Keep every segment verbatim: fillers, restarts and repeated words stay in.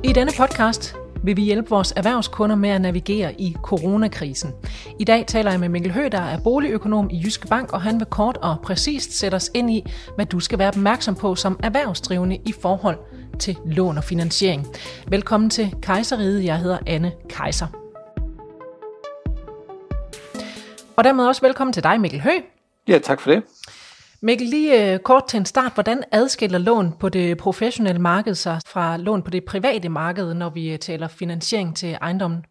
I denne podcast vil vi hjælpe vores erhvervskunder med at navigere i coronakrisen. I dag taler jeg med Mikkel Høgh, der er boligøkonom i Jyske Bank, og han vil kort og præcist sætte os ind i, hvad du skal være opmærksom på som erhvervsdrivende i forhold til lån og finansiering. Velkommen til Kejserriget. Jeg hedder Anne Kejser. Og dermed også velkommen til dig, Mikkel Høgh. Ja, tak for det. Mikkel, lige kort til en start. Hvordan adskiller lån på det professionelle marked sig fra lån på det private marked, når vi taler finansiering til ejendommen?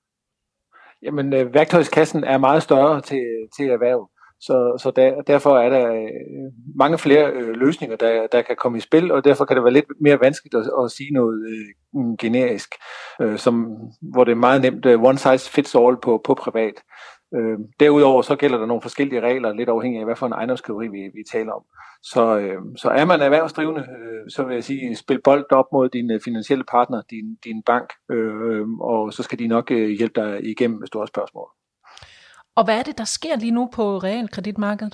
Jamen, øh, værktøjskassen er meget større til, til erhverv, så, så der, derfor er der øh, mange flere øh, løsninger, der, der kan komme i spil, og derfor kan det være lidt mere vanskeligt at, at sige noget øh, generisk, øh, som, hvor det er meget nemt øh, one size fits all på, på privat. Øh, derudover så gælder der nogle forskellige regler, lidt afhængig af hvad for en ejendomskategori vi, vi taler om. Så, øh, så er man erhvervsdrivende, øh, så vil jeg sige, spil bold op mod din finansielle partner, din, din bank, øh, og så skal de nok øh, hjælpe dig igennem med store spørgsmål. Og hvad er det, der sker lige nu på realkreditmarkedet?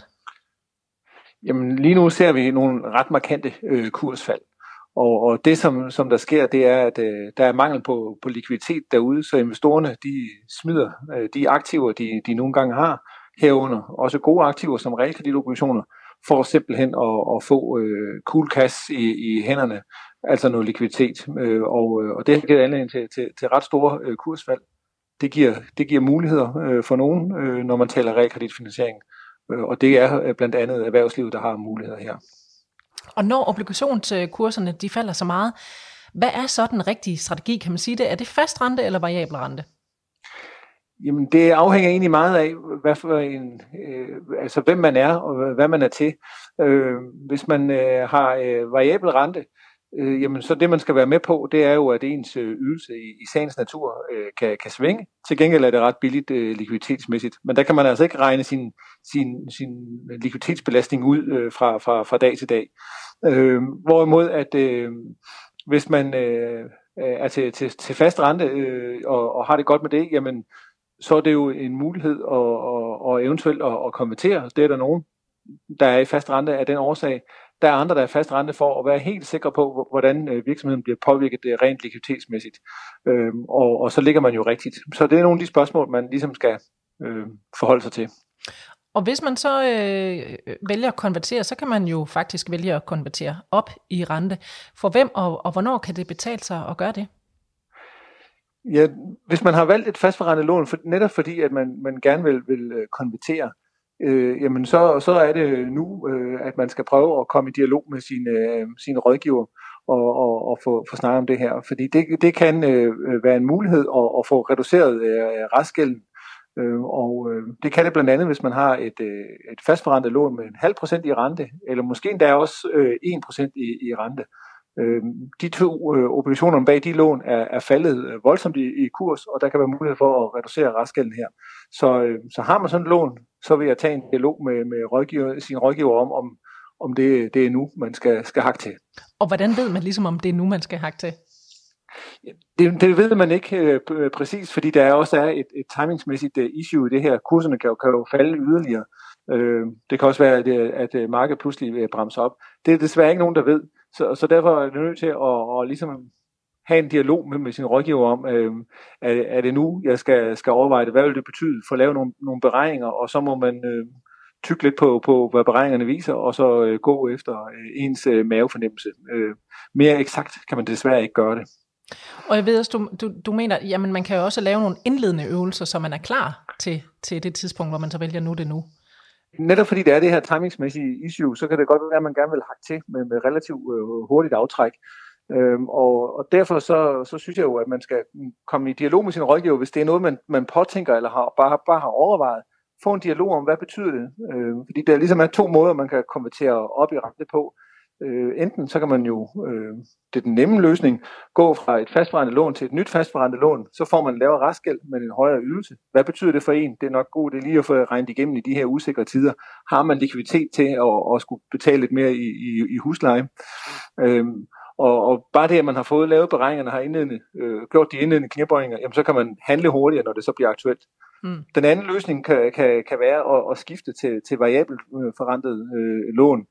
Jamen lige nu ser vi nogle ret markante øh, kursfald. Og, og det, som, som der sker, det er, at øh, der er mangel på, på likviditet derude, så investorerne, de smider øh, de aktiver, de, de nogle gange har, herunder også gode aktiver som realkreditobligationer, for simpelthen at, at få øh, cool cash i, i hænderne, altså noget likviditet. Øh, og, og det har givet anledning til, til, til ret store øh, kursfald. Det giver, det giver muligheder øh, for nogen, øh, når man taler realkreditfinansiering, øh, og det er øh, blandt andet erhvervslivet, der har muligheder her. Og når obligationskurserne de falder så meget, hvad er så den rigtige strategi? Kan man sige det? Er det fast rente eller variabel rente? Jamen det afhænger egentlig meget af, hvad for en, øh, altså hvem man er og hvad man er til. Øh, hvis man øh, har øh, variabel rente, øh, jamen så det man skal være med på, det er jo, at ens øh, ydelse i, i sagens natur øh, kan, kan svinge. Til gengæld er det ret billigt øh, likviditetsmæssigt, men der kan man altså ikke regne sin, sin, sin likviditetsbelastning ud øh, fra, fra, fra dag til dag. Øh, hvorimod at øh, hvis man øh, er til, til, til fast rente øh, og, og har det godt med det, jamen så er det jo en mulighed at, og, og eventuelt at, at konvertere. Det er der nogen, der er i fast rente af den årsag. Der er andre, der er fast rente for at være helt sikre på, hvordan virksomheden bliver påvirket rent likviditetsmæssigt. Øh, og, og så ligger man jo rigtigt. Så det er nogle af de spørgsmål, man ligesom skal øh, forholde sig til. Og hvis man så øh, vælger at konvertere, så kan man jo faktisk vælge at konvertere op i rente. For hvem og, og hvornår kan det betale sig at gøre det? Ja, hvis man har valgt et fastforrentet lån, for, netop fordi at man, man gerne vil, vil konvertere, øh, jamen så, så er det nu, øh, at man skal prøve at komme i dialog med sine, øh, sine rådgiver og, og, og få, få snakket om det her. Fordi det, det kan øh, være en mulighed at, at få reduceret øh, restgælden. Øh, og øh, det kan det blandt andet, hvis man har et, øh, et fastforrentet lån med en halv procent i rente, eller måske endda også øh, en procent i, i rente. Øh, de to øh, obligationer bag de lån er, er faldet øh, voldsomt i, i kurs, og der kan være mulighed for at reducere restgælden her. Så, øh, så har man sådan et lån, så vil jeg tage en dialog med, med rådgiver, sin rådgiver om, om, om det, det er nu, man skal, skal hakke til. Og hvordan ved man ligesom, om det er nu, man skal hakke til? Det, det ved man ikke øh, præcis, fordi der også er et, et timingsmæssigt øh, issue i det her. Kurserne kan jo, kan jo falde yderligere. Øh, det kan også være, at, at markedet pludselig vil bremse op. Det er desværre ikke nogen, der ved. Så, så derfor er det nødt til at, at ligesom have en dialog med, med sin rådgiver om, øh, er, er det nu, jeg skal, skal overveje det? Hvad vil det betyde? For at lave nogle, nogle beregninger, og så må man øh, tykke lidt på, på, hvad beregningerne viser, og så øh, gå efter øh, ens øh, mavefornemmelse. Øh, mere eksakt kan man desværre ikke gøre det. Og jeg ved også, du, du, du mener, jamen man kan jo også lave nogle indledende øvelser, så man er klar til, til det tidspunkt, hvor man så vælger nu det nu. Netop fordi det er det her timingsmæssige issue, så kan det godt være, at man gerne vil hakke til med, med relativt øh, hurtigt aftræk. Øhm, og, og derfor så, så synes jeg jo, at man skal komme i dialog med sin rådgiver, hvis det er noget, man, man påtænker eller har, bare, bare har overvejet. Få en dialog om, hvad betyder det? Øhm, fordi der ligesom er to måder, man kan konvertere op i rente på. Øh, enten så kan man jo, øh, det er den nemme løsning, gå fra et fastforrentet lån til et nyt fastforrentet lån, så får man en lavere restgæld med en højere ydelse. Hvad betyder det for en? Det er nok godt, det er lige at få regnet igennem i de her usikre tider. Har man likviditet til at, at skulle betale lidt mere i, i, i husleje? Øhm, og, og bare det, at man har fået lavet beregningerne, har indledende, øh, gjort de indledende knæbøjninger, jamen så kan man handle hurtigere, når det så bliver aktuelt. Mm. Den anden løsning kan, kan, kan være at, at skifte til, til variabelt øh, forrentet øh, lån.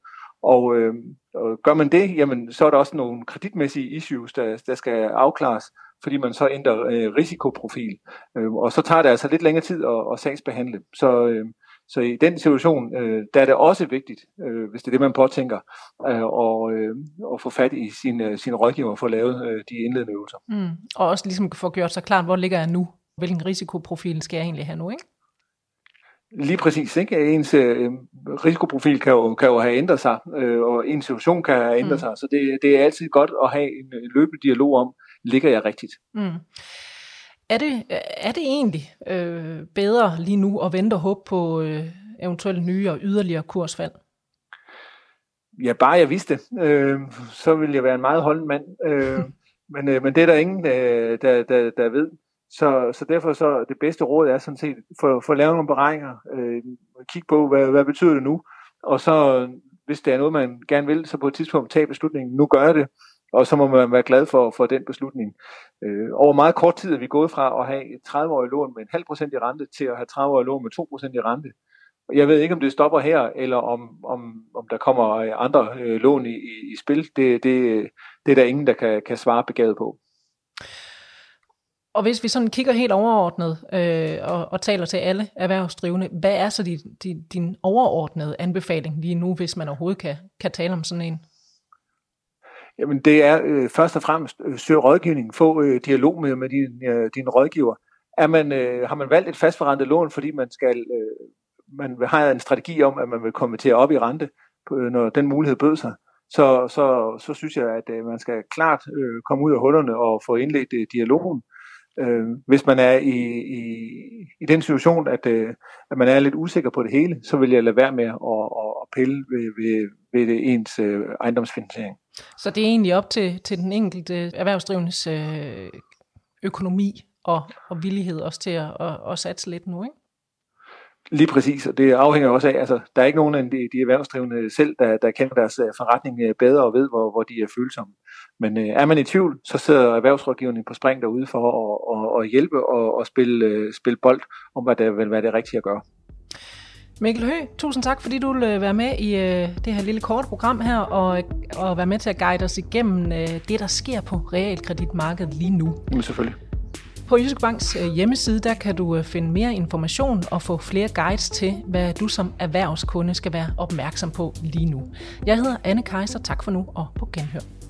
Og, øh, og gør man det, jamen, så er der også nogle kreditmæssige issues, der, der skal afklares, fordi man så ændrer øh, risikoprofil. Øh, og så tager det altså lidt længere tid at, at sagsbehandle. Så, øh, så i den situation, øh, der er det også vigtigt, øh, hvis det er det, man påtænker, øh, og, øh, at få fat i sine, sine rådgiver og få lavet øh, de indledende øvelser. Mm. Og også ligesom få gjort sig klart, hvor ligger jeg nu? Hvilken risikoprofil skal jeg egentlig have nu, ikke? Lige præcis, ikke? Ens øh, risikoprofil kan jo, kan jo have ændret sig, øh, og en situation kan have ændret mm. sig, så det, det er altid godt at have en, en løbende dialog om, ligger jeg rigtigt? Mm. Er det, er det egentlig øh, bedre lige nu at vente og håbe på øh, eventuelt nye og yderligere kursfald? Ja, bare jeg vidste, øh, så ville jeg være en meget holden mand, øh, men, øh, men det er der ingen, øh, der, der, der ved. Så, så derfor så det bedste råd er sådan set for, for at lave nogle beregninger, øh, kigge på, hvad, hvad betyder det nu, og så hvis det er noget, man gerne vil, så på et tidspunkt tage beslutningen, nu gør jeg det, og så må man være glad for, for den beslutning. Øh, over meget kort tid er vi gået fra at have et tredive-årig lån med en halv procent i rente, til at have tredive-årig lån med to procent i rente. Jeg ved ikke, om det stopper her, eller om, om, om der kommer andre øh, lån i, i, i spil. Det, det, det er der ingen, der kan, kan svare begavet på. Og hvis vi sådan kigger helt overordnet øh, og, og taler til alle erhvervsdrivende, hvad er så din, din, din overordnede anbefaling lige nu, hvis man overhovedet kan, kan tale om sådan en? Jamen det er øh, først og fremmest øh, søge rådgivning, få øh, dialog med, med din, øh, din rådgiver. Er man, øh, har man valgt et fastforrentet lån, fordi man skal øh, man har en strategi om, at man vil konvertere op i rente, øh, når den mulighed bød sig, så, så, så synes jeg, at øh, man skal klart øh, komme ud af hullerne og få indledt øh, dialogen. Øh, hvis man er i, i, i den situation, at, øh, at man er lidt usikker på det hele, så vil jeg lade være med at, at pille ved, ved, ved det ens øh, ejendomsfinansiering. Så det er egentlig op til, til den enkelte erhvervsdrivendes øh, økonomi og, og villighed også til at, at, at satse lidt nu, ikke? Lige præcis, og det afhænger også af, altså der er ikke nogen af de, de erhvervsdrivende selv, der, der kender deres forretning bedre og ved, hvor, hvor de er følsomme. Men øh, er man i tvivl, så sidder erhvervsrådgivningen på spring derude for at, at, at hjælpe og at spille, spille bold om, hvad det vil være det rigtige at gøre. Mikkel Høgh, tusind tak, fordi du vil være med i øh, det her lille korte program her, og, og være med til at guide os igennem øh, det, der sker på realkreditmarkedet lige nu. Jamen selvfølgelig. På Jyske Banks hjemmeside, der kan du finde mere information og få flere guides til, hvad du som erhvervskunde skal være opmærksom på lige nu. Jeg hedder Anne Kejser, tak for nu og på genhør.